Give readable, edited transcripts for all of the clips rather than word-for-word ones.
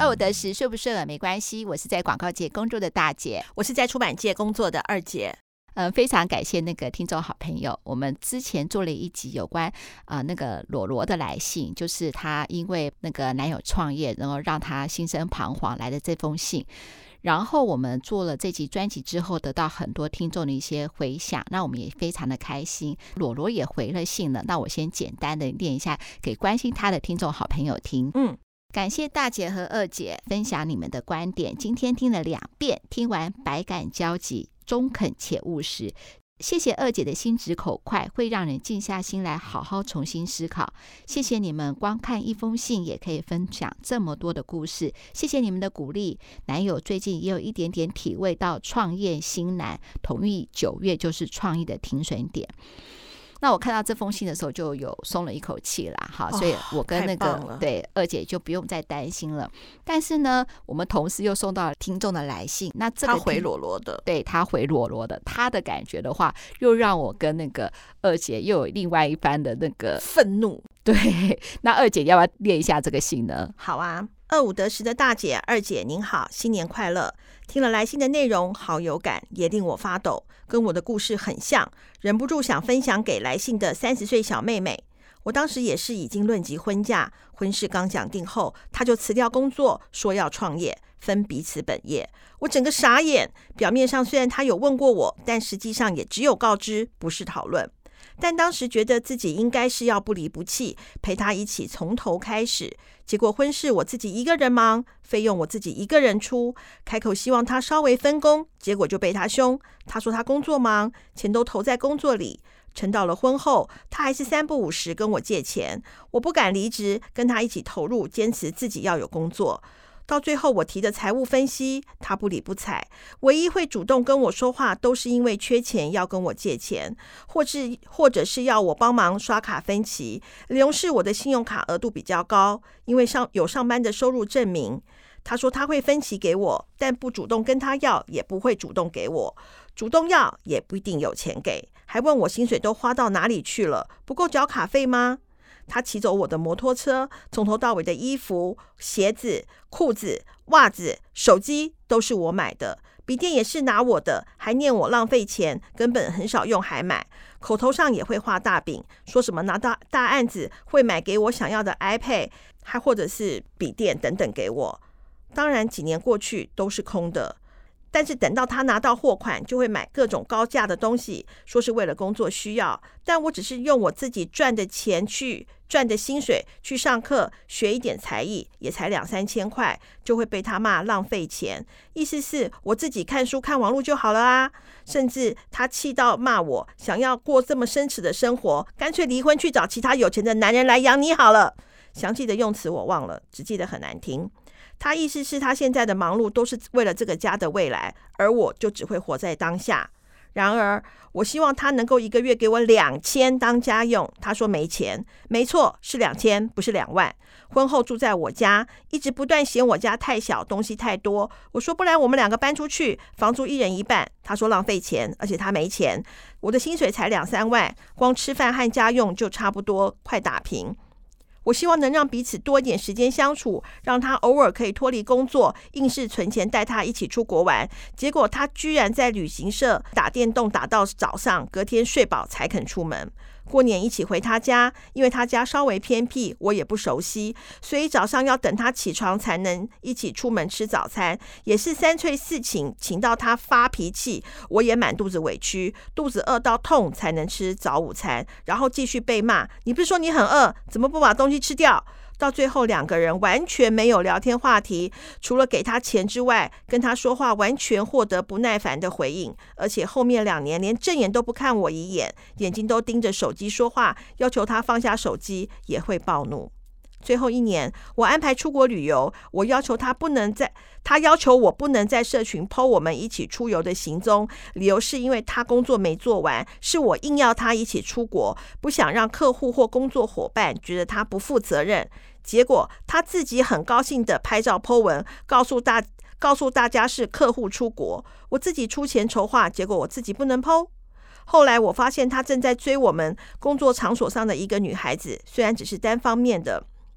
午得时，顺不顺耳没关系。我是在广告界工作的大姐， 我是在出版界工作的二姐。 非常感谢那个听众好朋友，我们之前做了一集有关那个罗罗的来信，就是她因为那个男友创业，然后让她心生彷徨来的这封信。然后我们做了这集专辑之后，得到很多听众的一些回响，那我们也非常的开心。罗罗也回了信了，那我先简单的念一下给关心他的听众好朋友听。感谢大姐和二姐分享你们的观点，今天听了2遍，听完百感交集，中肯且务实。谢谢二姐的心直口快，会让人静下心来好好重新思考。谢谢你们光看一封信也可以分享这么多的故事，谢谢你们的鼓励。男友最近也有一点点体会到创业心难，同意9月就是创意的停损点。那我看到这封信的时候就有松了一口气啦，好，所以我跟那个对二姐就不用再担心了。但是呢，我们同时又收到了听众的来信，那这个他回罗罗的， 对，他回罗罗的，他的感觉的话，又让我跟那个二姐又有另外一番的那个愤怒。 对，那二姐要不要念一下这个信呢？ 好啊。二五得时的大姐、二姐您好，新年快乐！听了来信的内容，好有感，也令我发抖，跟我的故事很像，忍不住想分享给来信的30岁小妹妹。我当时也是已经论及婚嫁，婚事刚讲定后，她就辞掉工作，说要创业，分彼此本业。我整个傻眼，表面上虽然她有问过我，但实际上也只有告知，不是讨论。但当时觉得自己应该是要不离不弃，陪他一起从头开始。结果婚事我自己一个人忙，费用我自己一个人出，开口希望他稍微分工，结果就被他凶。他说他工作忙，钱都投在工作里。撑到了婚后，他还是3不5时跟我借钱，我不敢离职，跟他一起投入，坚持自己要有工作。到最后我提的财务分析，他不理不睬，唯一会主动跟我说话都是因为缺钱要跟我借钱，或者是要我帮忙刷卡分期。理由是我的信用卡额度比较高，因为有上班的收入证明。他说他会分期给我，但不主动跟他要，也不会主动给我，主动要也不一定有钱给，还问我薪水都花到哪里去了，不够缴卡费吗？他骑走我的摩托车，从头到尾的衣服、鞋子、裤子、袜子、手机都是我买的，笔电也是拿我的，还念我浪费钱，根本很少用还买，口头上也会画大饼，说什么拿到大案子会买给我想要的 iPad， 还或者是笔电等等给我。当然几年过去都是空的，但是等到他拿到货款，就会买各种高价的东西，说是为了工作需要，但我只是用我自己赚的钱去赚的薪水去上课学一点才艺，也才2-3千块，就会被他骂浪费钱。意思是我自己看书看网络就好了啊！甚至他气到骂我，想要过这么奢侈的生活，干脆离婚去找其他有钱的男人来养你好了。详细的用词我忘了，只记得很难听。他意思是他现在的忙碌都是为了这个家的未来，而我就只会活在当下。然而我希望他能够1个月给我2000当家用，他说没钱。没错，是2000，不是2万。婚后住在我家，一直不断嫌我家太小，东西太多。我说不然我们2个搬出去，房租1人1半。他说浪费钱，而且他没钱。我的薪水才2-3万，光吃饭和家用就差不多快打平。我希望能让彼此多一点时间相处，让他偶尔可以脱离工作，硬是存钱带他一起出国玩。结果他居然在旅行社打电动打到早上，隔天睡饱才肯出门。过年一起回他家，因为他家稍微偏僻，我也不熟悉，所以早上要等他起床才能一起出门吃早餐，也是3催4请，请到他发脾气，我也满肚子委屈，肚子饿到痛才能吃早午餐，然后继续被骂，你不是说你很饿，怎么不把东西吃掉？到最后2个人完全没有聊天话题，除了给他钱之外，跟他说话完全获得不耐烦的回应，而且后面2年连正眼都不看我一眼，眼睛都盯着手机说话，要求他放下手机也会暴怒。最后1年我安排出国旅游，他要求我不能在社群 po 我们一起出游的行踪，理由是因为他工作没做完，是我硬要他一起出国，不想让客户或工作伙伴觉得他不负责任。结果他自己很高兴的拍照 po 文，告诉大家是客户出国，我自己出钱筹划，结果我自己不能 po。后来我发现他正在追我们工作场所上的一个女孩子，虽然只是单方面的。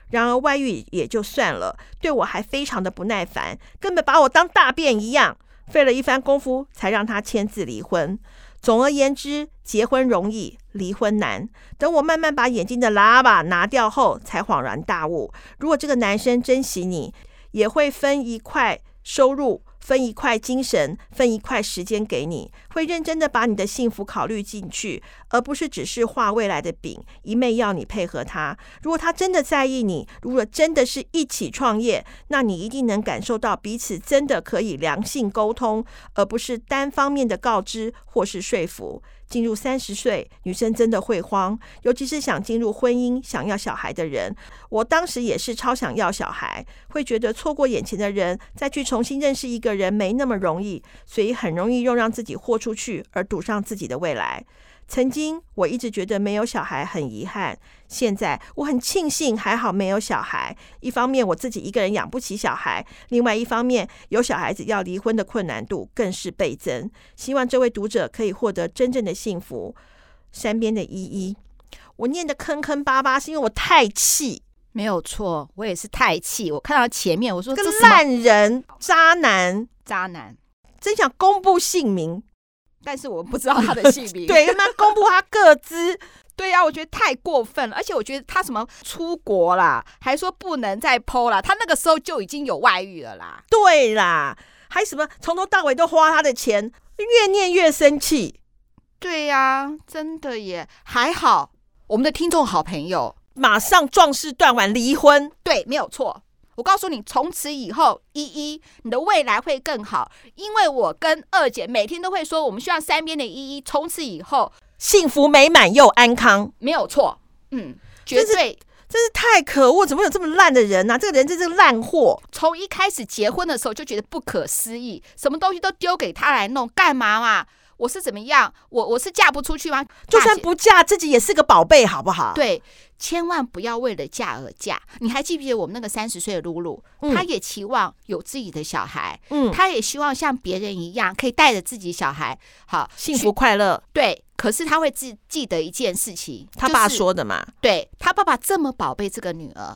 然而外遇也就算了，对我还非常的不耐烦，根本把我当大便一样，费了一番功夫才让他签字离婚。总而言之，结婚容易，离婚难。等我慢慢把眼睛的喇叭拿掉后，才恍然大悟，如果这个男生珍惜你，也会分一块收入，分一块精神，分一块时间给你，会认真的把你的幸福考虑进去，而不是只是画未来的饼，一昧要你配合他。如果他真的在意你，如果真的是一起创业，那你一定能感受到彼此真的可以良性沟通，而不是单方面的告知或是说服。进入30岁，女生真的会慌，尤其是想进入婚姻、想要小孩的人。我当时也是超想要小孩，会觉得错过眼前的人，再去重新认识一个人没那么容易，所以很容易又让自己豁出去，而赌上自己的未来。曾经我一直觉得没有小孩很遗憾，现在我很庆幸还好没有小孩。一方面我自己一个人养不起小孩，另外一方面有小孩子要离婚的困难度更是倍增。希望这位读者可以获得真正的幸福。山边的依依，我念的坑坑巴巴是因为我太气。 没有错，我也是太气。我看到前面我说这个烂人渣男，真想公布姓名， 但是我不知道他的姓名。 对，他公布他个资。 对啊，我觉得太过分了，而且我觉得他什么出国啦，还说不能再 po 啦，他那个时候就已经有外遇了啦。 对啦，还什么从头到尾都花他的钱，越念越生气。 对呀，真的耶，还好我们的听众好朋友马上壮士断腕离婚。 对，没有错。我告诉你，从此以后，依依，你的未来会更好，因为我跟二姐每天都会说，我们希望山边的依依从此以后幸福美满又安康。 没有错，绝对。 真是太可恶！怎么有这么烂的人啊？这个人真是烂货。 从一开始结婚的时候就觉得不可思议，什么东西都丢给他来弄，干嘛嘛？我是怎么样？我是嫁不出去吗？ 就算不嫁，自己也是个宝贝，好不好？ 对，千万不要为了嫁而嫁。你还记不记得我们那个30岁的露露，她也期望有自己的小孩，她也希望像别人一样可以带着自己小孩，好幸福快乐。 对，可是她会记得一件事情， 她爸说的嘛。 对，她爸爸这么宝贝这个女儿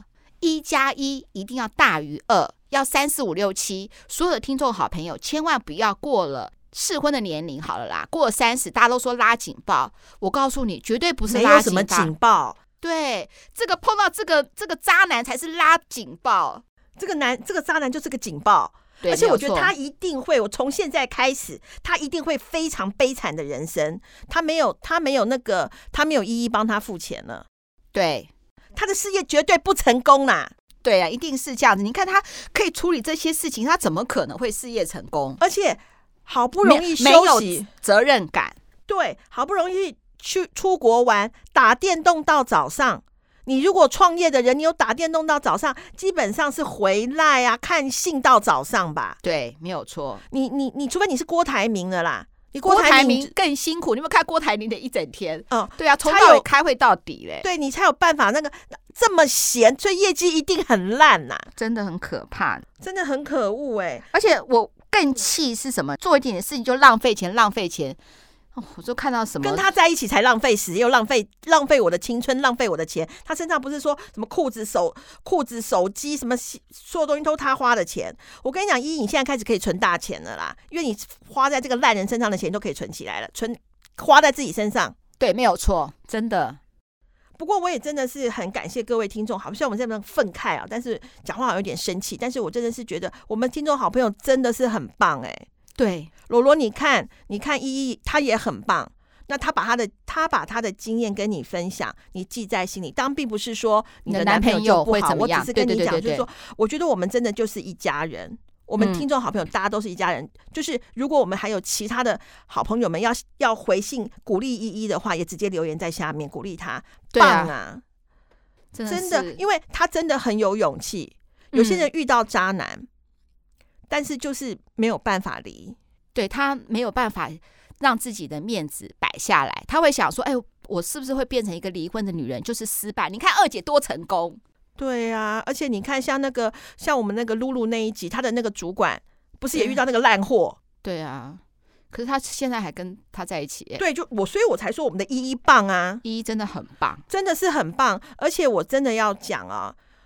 ，1+1一定要大于2，要3、4、5、6、7。所有的听众好朋友，千万不要过了适婚的年龄好了啦，过了30，大家都说拉警报。我告诉你，绝对不是拉警报，没有什么警报。 对，这个碰到这个渣男才是拉警报。 这个渣男就是个警报。而且我觉得他一定会，我从现在开始，他一定会非常悲惨的人生。他没有依依帮他付钱了。 对， 他的事业绝对不成功啦。 对啊，一定是这样子。你看他可以处理这些事情，他怎么可能会事业成功？ 而且好不容易休息， 没有责任感。 对，好不容易去出国玩，打电动到早上。你如果创业的人，你有打电动到早上，基本上是回来啊看信到早上吧。 对，没有错。 你除非你是郭台铭了啦，你郭台铭更辛苦。你有没有看郭台铭的一整天？对啊，从到尾开会到底嘞。 对，你才有办法这么闲，所以业绩一定很烂呐， 真的很可怕， 真的很可恶而且我更气是什么？做一点点事情就浪费钱。我就看到什么跟他在一起才浪费时，又浪费我的青春，浪费我的钱。他身上不是说什么裤子、手机，什么所有东西都他花的钱。我跟你讲，依依，你现在开始可以存大钱了啦，因为你花在这个烂人身上的钱都可以存起来了，花在自己身上。 对，没有错，真的。 不过我也真的是很感谢各位听众，好像我们这么愤慨啊，但是讲话好像有点生气，但是我真的是觉得我们听众好朋友真的是很棒对， 罗罗，你看依依，她也很棒。那她把她的经验跟你分享，你记在心里。当然并不是说你的男朋友会怎么样，我只是跟你讲，就是说，我觉得我们真的就是一家人。我们听众好朋友，大家都是一家人。就是如果我们还有其他的好朋友们要回信鼓励依依的话，也直接留言在下面鼓励她。棒啊！真的，因为她真的很有勇气。有些人遇到渣男。但是就是没有办法离， 对，他没有办法让自己的面子摆下来，他会想说，我是不是会变成一个离婚的女人，就是失败？你看二姐多成功。 对啊，而且你看像我们那个露露那一集，他的那个主管不是也遇到那个烂货？ 对啊，可是他现在还跟他在一起。 对，所以我才说我们的依依棒啊， 依依真的很棒， 真的是很棒。而且我真的要讲啊，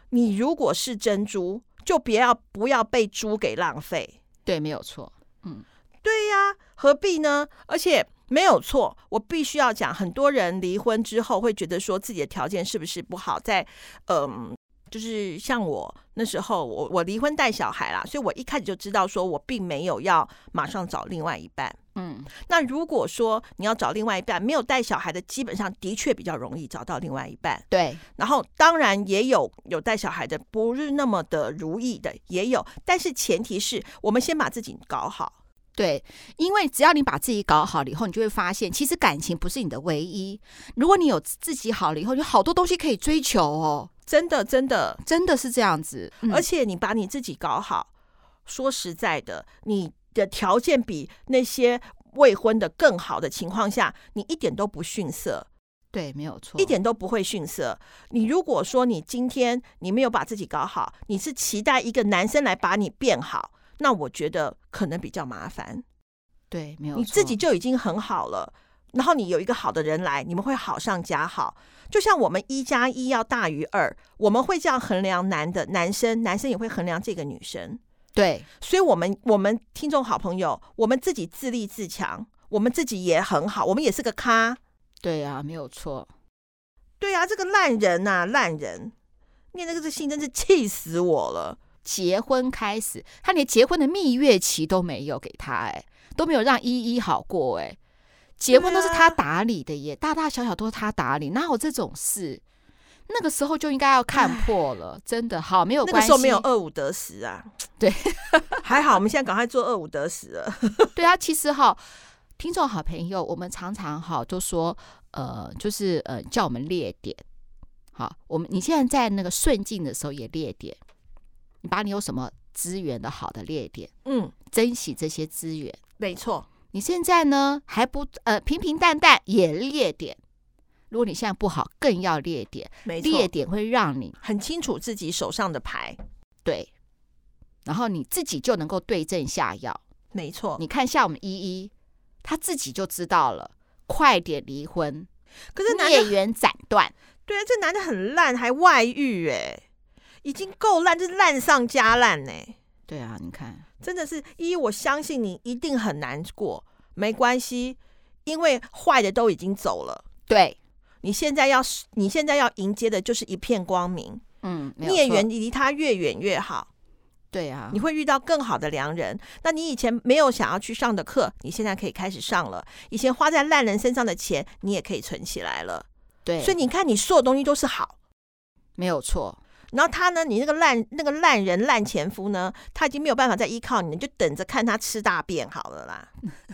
你如果是珍珠，就不要被猪给浪费。 对，没有错。 对呀，何必呢？而且没有错，我必须要讲，很多人离婚之后会觉得说自己的条件是不是不好，就是像我那时候，我离婚带小孩啦，所以我一开始就知道说我并没有要马上找另外一半。那如果说你要找另外一半没有带小孩的，基本上的确比较容易找到另外一半。 对， 然后当然也有带小孩的不是那么的如意的，也有，但是前提是我们先把自己搞好。 对，因为只要你把自己搞好了以后，你就会发现，其实感情不是你的唯一。如果你有自己好了以后，有好多东西可以追求哦。 真的，真的， 真的是这样子。 而且你把你自己搞好，说实在的，你的条件比那些未婚的更好的情况下，你一点都不逊色。 对，没有错， 一点都不会逊色。你如果说你今天你没有把自己搞好，你是期待一个男生来把你变好，那我觉得可能比较麻烦。 对，没有错， 你自己就已经很好了，然后你有一个好的人来，你们会好上加好。就像我们1+1要大于2，我们会这样衡量男生也会衡量这个女生。 对， 所以我们听众好朋友，我们自己自立自强，我们自己也很好，我们也是个咖。 对啊，没有错。 对啊，这个烂人啊，烂人！念那个信真是气死我了。 结婚开始，他连结婚的蜜月期都没有给他，都没有让依依好过，结婚都是他打理的耶，大大小小都是他打理，哪有这种事？那个时候就应该要看破了，真的好，没有关系。 那个时候没有25得10啊， 对， 还好我们现在赶快做25得10了。 对啊，其实听众好朋友，我们常常就说，就是叫我们列点，好，你现在在那个顺境的时候也列点，你把你有什么资源的好的列点，珍惜这些资源， 没错。 你现在呢还不平平淡淡也列点，如果你现在不好，更要列点， 没错， 列点会让你很清楚自己手上的牌， 对，然后你自己就能够对症下药。 没错， 你看像我们依依，他自己就知道了，快点离婚， 可是孽缘斩断。 对啊，这男的很烂，还外遇，已经够烂，就是烂上加烂对啊，你看， 真的是依依，我相信你一定很难过，没关系，因为坏的都已经走了。 对， 你现在要迎接的就是一片光明。孽缘离他越远越好。 对啊， 你会遇到更好的良人。那你以前没有想要去上的课，你现在可以开始上了。以前花在烂人身上的钱，你也可以存起来了。 对， 所以你看，你所有东西都是好， 没有错。 然后他呢，你那个烂人烂前夫呢，他已经没有办法再依靠你，就等着看他吃大便好了啦。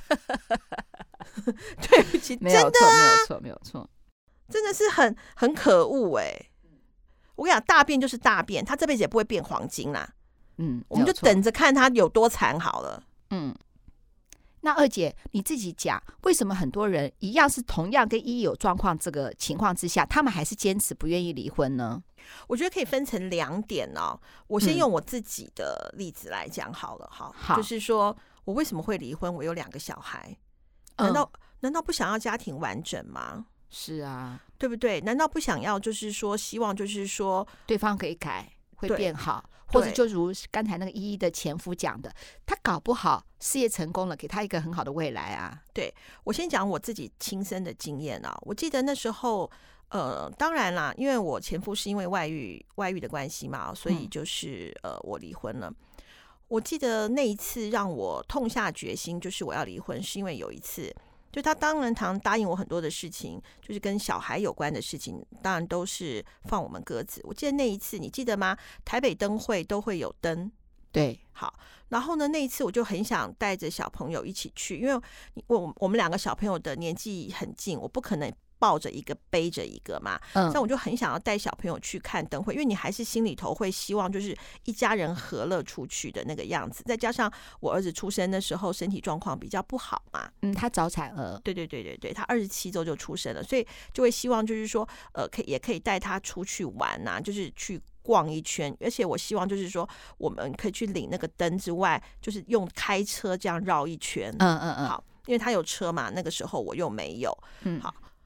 对不起， 没有错， 真的啊， 没有错，没有错， 真的是很可恶我跟你讲，大便就是大便，他这辈子也不会变黄金啦。我们就等着看他有多惨好了。 那二姐你自己讲，为什么很多人一样是同样跟依依有状况这个情况之下，他们还是坚持不愿意离婚呢？ 我觉得可以分成2点哦。我先用我自己的例子来讲好了。好，就是说我为什么会离婚？我有2个小孩，难道不想要家庭完整吗？ 是啊， 对不对？难道不想要就是说希望就是说对方可以改，会变好？或者就如刚才那个依依的前夫讲的，他搞不好事业成功了，给他一个很好的未来啊。 对，我先讲我自己亲身的经验啊。我记得那时候当然啦，因为我前夫是因为外遇的关系嘛，所以就是我离婚了。我记得那一次让我痛下决心就是我要离婚，是因为有一次就他当然答应我很多的事情，就是跟小孩有关的事情，当然都是放我们鸽子。我记得那一次你记得吗？台北灯会都会有灯。 对， 好，然后呢，那一次我就很想带着小朋友一起去，因为我们2个小朋友的年纪很近，我不可能抱着一个背着一个嘛，所以我就很想要带小朋友去看灯会，因为你还是心里头会希望就是一家人和乐出去的那个样子。再加上我儿子出生的时候身体状况比较不好嘛， 他早产儿， 对，他27周就出生了，所以就会希望就是说也可以带他出去玩啊，就是去逛一圈，而且我希望就是说我们可以去领那个灯之外，就是用开车这样绕一圈。好，因为他有车嘛，那个时候我又没有。好，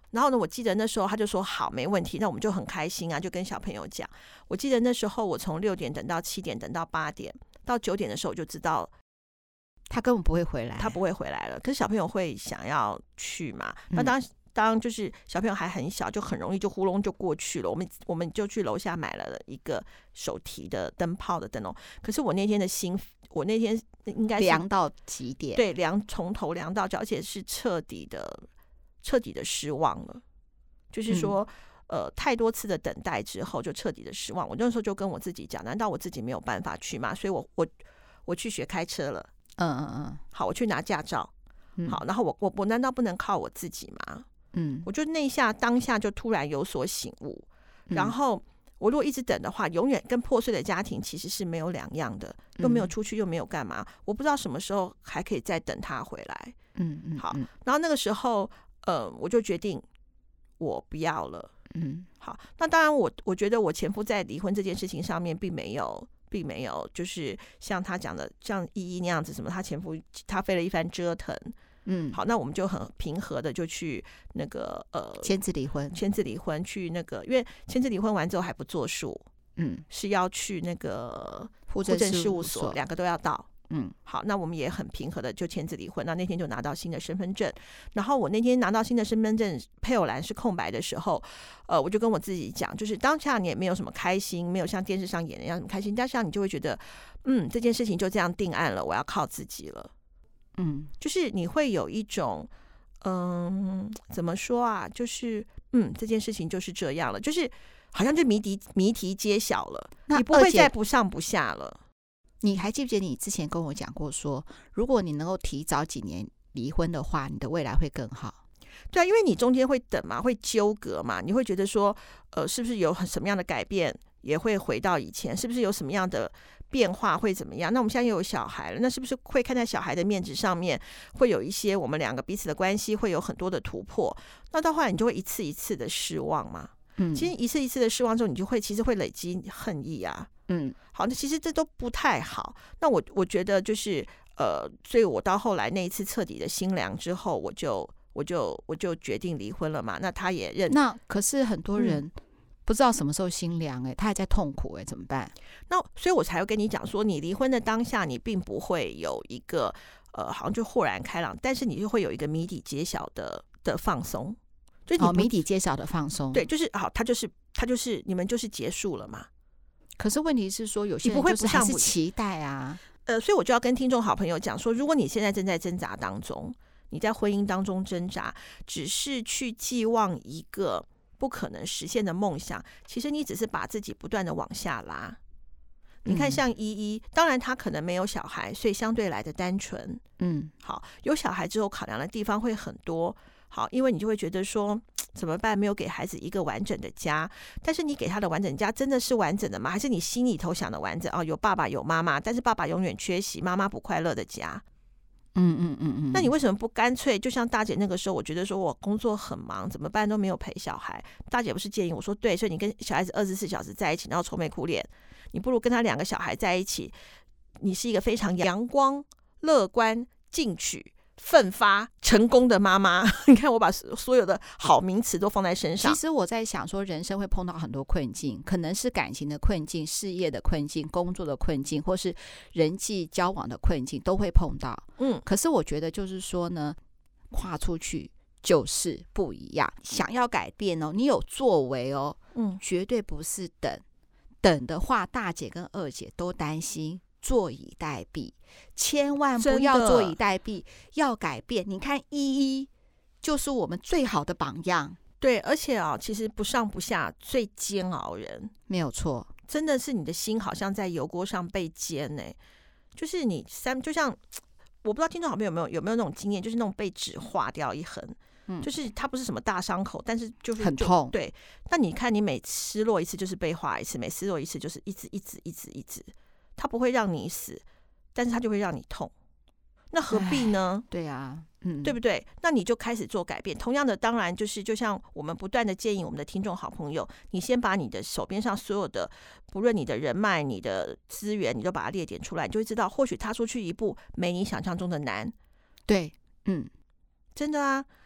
然后呢，我记得那时候他就说好，没问题，那我们就很开心啊，就跟小朋友讲。我记得那时候我从6点等到7点，等到8点，到9点的时候我就知道他根本不会回来， 他不会回来了。可是小朋友会想要去嘛？那当就是小朋友还很小，就很容易就呼隆就过去了。我们就去楼下买了一个手提的灯泡的灯笼。可是我那天应该是凉到极点， 对，从头凉到脚，而且是彻底的失望了。就是说，太多次的等待之后，就彻底的失望。我那时候就跟我自己讲，难道我自己没有办法去吗？所以我去学开车了。好，我去拿驾照。好，然后我难道不能靠我自己吗？我就当下就突然有所醒悟。然后我如果一直等的话，永远跟破碎的家庭其实是没有两样的，又没有出去，又没有干嘛，我不知道什么时候还可以再等他回来。好，然后那个时候我就决定我不要了。好，那当然我觉得我前夫在离婚这件事情上面并没有就是像他讲的像依依那样子什么，他前夫他费了一番折腾。好，那我们就很平和的就去那个签字离婚去那个，因为签字离婚完之后还不作数，是要去那个户政事务所，两个都要到。好，那我们也很平和的就签字离婚。那天就拿到新的身份证，然后我那天拿到新的身份证，配偶栏是空白的时候，我就跟我自己讲，就是当下你也没有什么开心，没有像电视上演的一样什么开心，但是你就会觉得，这件事情就这样定案了，我要靠自己了。就是你会有一种，怎么说啊？就是这件事情就是这样了，就是好像就谜题揭晓了，你不会再不上不下了。 你还记不记得你之前跟我讲过说，如果你能够提早几年离婚的话，你的未来会更好？ 对啊，因为你中间会等嘛，会纠葛嘛，你会觉得说，是不是有什么样的改变，也会回到以前，是不是有什么样的变化会怎么样？那我们现在又有小孩了，那是不是会看在小孩的面子上面，会有一些我们两个彼此的关系会有很多的突破？那到后来你就会一次一次的失望嘛。其实一次一次的失望之后，你就会其实会累积恨意啊。好，那其实这都不太好。那我觉得就是所以我到后来那一次彻底的心凉之后，我就决定离婚了嘛。那他也认。 那可是很多人不知道什么时候心凉，他还在痛苦，怎么办？ 那所以我才会跟你讲说，你离婚的当下，你并不会有一个好像就豁然开朗，但是你就会有一个谜底揭晓的放松。 谜底揭晓的放松， 对，就是好，他就是你们就是结束了嘛。 可是问题是说，有些人就是还是期待啊。 所以我就要跟听众好朋友讲说，如果你现在正在挣扎当中，你在婚姻当中挣扎，只是去寄望一个不可能实现的梦想，其实你只是把自己不断的往下拉。你看像依依，当然她可能没有小孩，所以相对来的单纯。好，有小孩之后考量的地方会很多。好，因为你就会觉得说怎么办？没有给孩子一个完整的家，但是你给他的完整家真的是完整的吗？还是你心里头想的完整？有爸爸有妈妈，但是爸爸永远缺席，妈妈不快乐的家。那你为什么不干脆就像大姐那个时候，我觉得说我工作很忙，怎么办都没有陪小孩。大姐不是建议我说，对，所以你跟小孩子24小时在一起，然后愁眉苦脸，你不如跟他2个小孩在一起，你是一个非常阳光、乐观、进取、奋发成功的妈妈。你看我把所有的好名词都放在身上。 其实我在想说，人生会碰到很多困境，可能是感情的困境、事业的困境、工作的困境，或是人际交往的困境，都会碰到。可是我觉得就是说呢，跨出去就是不一样。想要改变你有作为绝对不是等的话，大姐跟二姐都担心坐以待毙，千万不要坐以待毙，要改变。你看依依就是我们最好的榜样。 对，而且其实不上不下最煎熬人， 没有错， 真的是你的心好像在油锅上被煎就是你就像我不知道听众好朋友有没有那种经验，就是那种被纸划掉一横。就是它不是什么大伤口，但是就是很痛。 对，那你看你每失落一次就是被划一次，每失落一次就是一直，它不会让你死，但是它就会让你痛，那何必呢？ 对啊， 对不对？那你就开始做改变。同样的，当然就是就像我们不断的建议我们的听众好朋友，你先把你的手边上所有的，不论你的人脉、你的资源，你都把它列点出来，你就会知道，或许踏出去一步没你想象中的难。 对， 真的啊。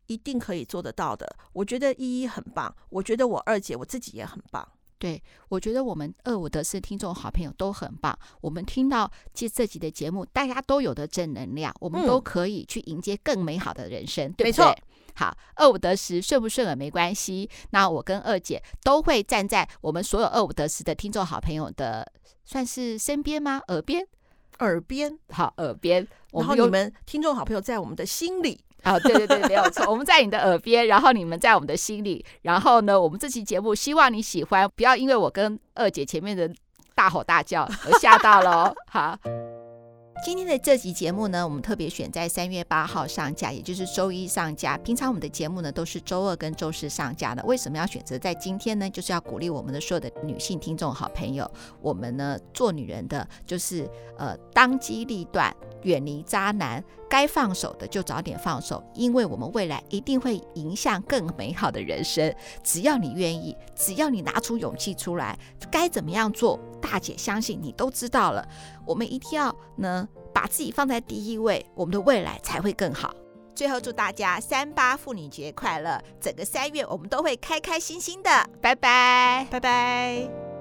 一定可以做得到的。我觉得依依很棒，我觉得我二姐我自己也很棒。 对，我觉得我们二五得四听众好朋友都很棒。我们听到这集的节目，大家都有的正能量，我们都可以去迎接更美好的人生，对不对？没错。好，二五得十顺不顺耳没关系，那我跟二姐都会站在我们所有二五得十的听众好朋友的算是身边吗？耳边，好，耳边。 然后你们听众好朋友在我们的心里。 对，没有错，我们在你的耳边，然后你们在我们的心里。然后呢，我们这期节目希望你喜欢，不要因为我跟二姐前面的大吼大叫而吓到了好。今天的这集节目呢，我们特别选在3月8号上架，也就是周一上架。平常我们的节目呢都是周二跟周四上架的，为什么要选择在今天呢？就是要鼓励我们的所有的女性听众好朋友，我们呢做女人的就是当机立断，远离渣男，该放手的就早点放手，因为我们未来一定会迎向更美好的人生。只要你愿意，只要你拿出勇气出来，该怎么样做，大姐相信你都知道了。我们一定要呢把自己放在第一位，我们的未来才会更好。最后祝大家38妇女节快乐，整个3月我们都会开开心心的，拜拜， 拜拜。